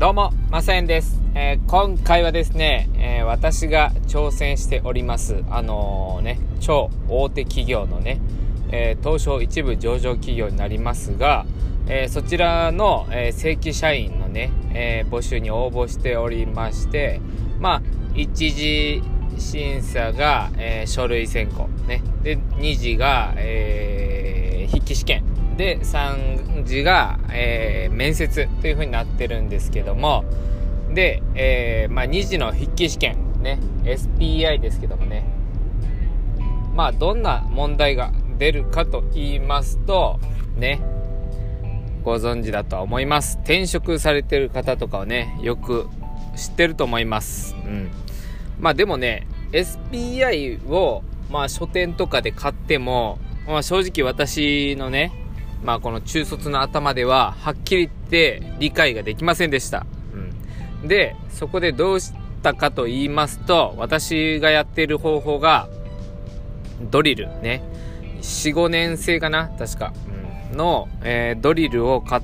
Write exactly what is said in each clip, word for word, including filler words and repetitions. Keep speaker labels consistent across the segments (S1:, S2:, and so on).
S1: どうもまさやんです、えー、今回はですね、えー、私が挑戦しておりますあのー、ね超大手企業のね、えー、東証一部上場企業になりますが、えー、そちらの、えー、正規社員のね、えー、募集に応募しておりまして、まあ一次審査が、えー、書類選考ねで二次が、えー、筆記試験でさん次が、えー、面接という風になってるんですけども、で、えーまあ、に次の筆記試験ね エスピーアイ ですけどもね、まあどんな問題が出るかと言いますとね、ご存知だとは思います。転職されてる方とかはねよく知ってると思います。うん。まあでもね エスピーアイ をまあ書店とかで買っても、まあ、正直私のねまあこの中卒の頭でははっきり言って理解ができませんでした。うん、でそこでどうしたかと言いますと、私がやっている方法がドリルね よん,ご 年生かな確か、うん、の、えー、ドリルを買って、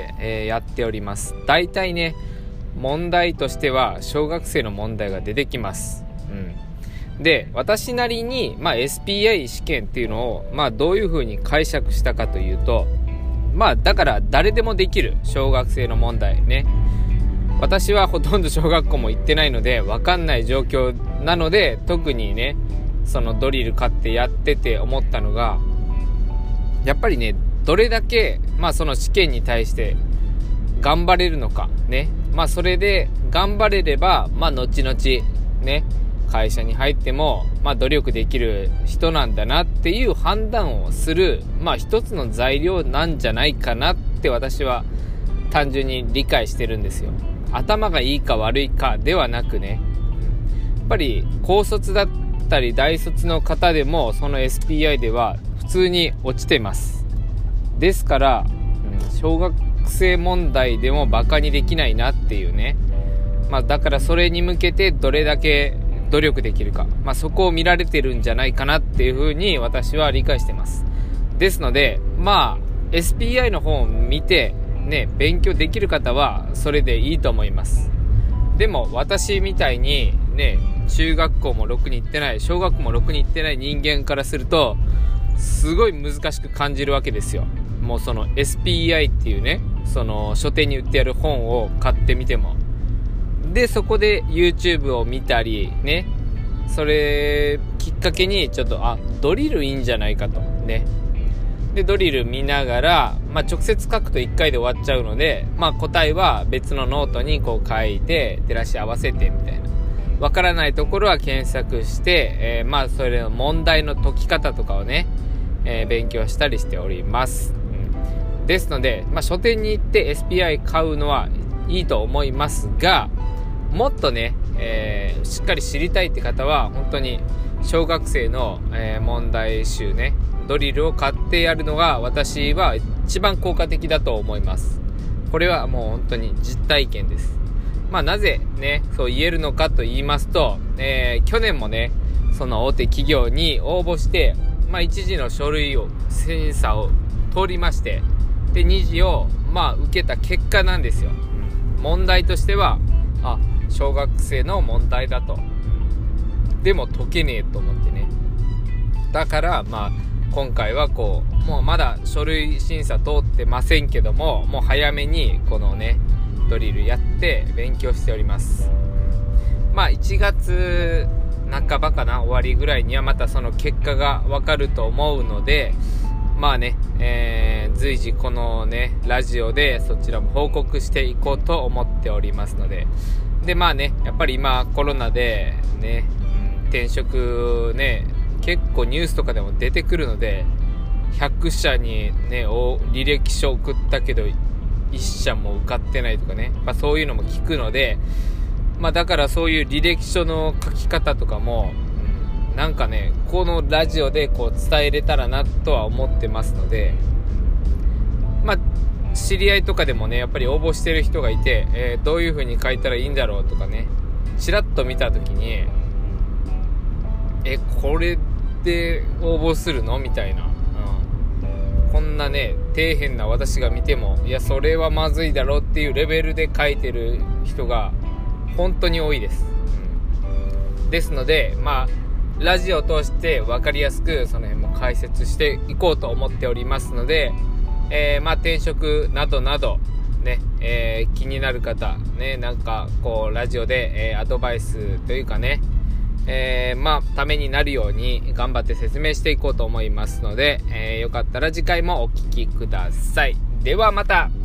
S1: えー、やっております。だいたいね問題としては小学生の問題が出てきます。うん、で私なりに、まあ、エスピーアイ 試験っていうのを、まあ、どういう風に解釈したかというと、まあだから誰でもできる小学生の問題ね。私はほとんど小学校も行ってないので分かんない状況なので、特にねそのドリル買ってやってて思ったのが、やっぱりねどれだけ、まあ、その試験に対して頑張れるのかね。まあそれで頑張れれば、まあ後々ね会社に入っても、まあ、努力できる人なんだなっていう判断をする、まあ一つの材料なんじゃないかなって私は単純に理解してるんですよ。頭がいいか悪いかではなくね、やっぱり高卒だったり大卒の方でもその エスピーアイ では普通に落ちてます。ですから、うん、小学生問題でもバカにできないなっていうね、まあだからそれに向けてどれだけ努力できるか、まあ、そこを見られてるんじゃないかなっていうふうに私は理解してます。ですのでまあ エスピーアイ の方を見てね勉強できる方はそれでいいと思います。でも私みたいにね中学校もろくに行ってない、小学校もろくに行ってない人間からするとすごい難しく感じるわけですよ。もうその エスピーアイ っていうねその書店に売ってある本を買ってみても、でそこで YouTube を見たりね、それきっかけにちょっとあドリルいいんじゃないかとね。でドリル見ながら、まあ、直接書くといっかいで終わっちゃうので、まあ、答えは別のノートにこう書いて照らし合わせてみたいな、わからないところは検索して、えー、まあそれの問題の解き方とかをね、えー、勉強したりしております。うん、ですので、まあ、書店に行って エスピーアイ 買うのはいいと思いますが、もっとね、えー、しっかり知りたいって方は本当に小学生の、えー、問題集ねドリルを買ってやるのが私は一番効果的だと思います。これはもう本当に実体験です。まあなぜねそう言えるのかと言いますと、えー、去年もねその大手企業に応募して、まあ、一次の書類を審査を通りまして、で二次をまあ受けた結果なんですよ。問題としてはあ小学生の問題だと、でも解けねえと思ってね、だからまあ今回はこうもうまだ書類審査通ってませんけども、もう早めにこのねドリルやって勉強しております。まあいちがつなかばかな終わりぐらいにはまたその結果がわかると思うので、まあね、えー、随時このねラジオでそちらも報告していこうと思っておりますので、でまあねやっぱり今コロナでね、うん、転職ね結構ニュースとかでも出てくるので、ひゃくしゃにね履歴書送ったけどいっしゃも受かってないとかね、まあ、そういうのも聞くので、まあだからそういう履歴書の書き方とかも、うん、なんかねこのラジオでこう伝えれたらなとは思ってますので、まあ知り合いとかでもねやっぱり応募してる人がいて、えー、どういう風に書いたらいいんだろうとかねちらっと見た時にえこれで応募するのみたいな、うん、こんなね底辺な私が見てもいやそれはまずいだろうっていうレベルで書いてる人が本当に多いです、うん、ですのでまあラジオを通して分かりやすくその辺も解説していこうと思っておりますので、えー、まあ転職などなどね、えー、気になる方ね、なんかこうラジオで、えー、アドバイスというかね、えー、まあためになるように頑張って説明していこうと思いますので、えー、よかったら次回もお聞きください。ではまた。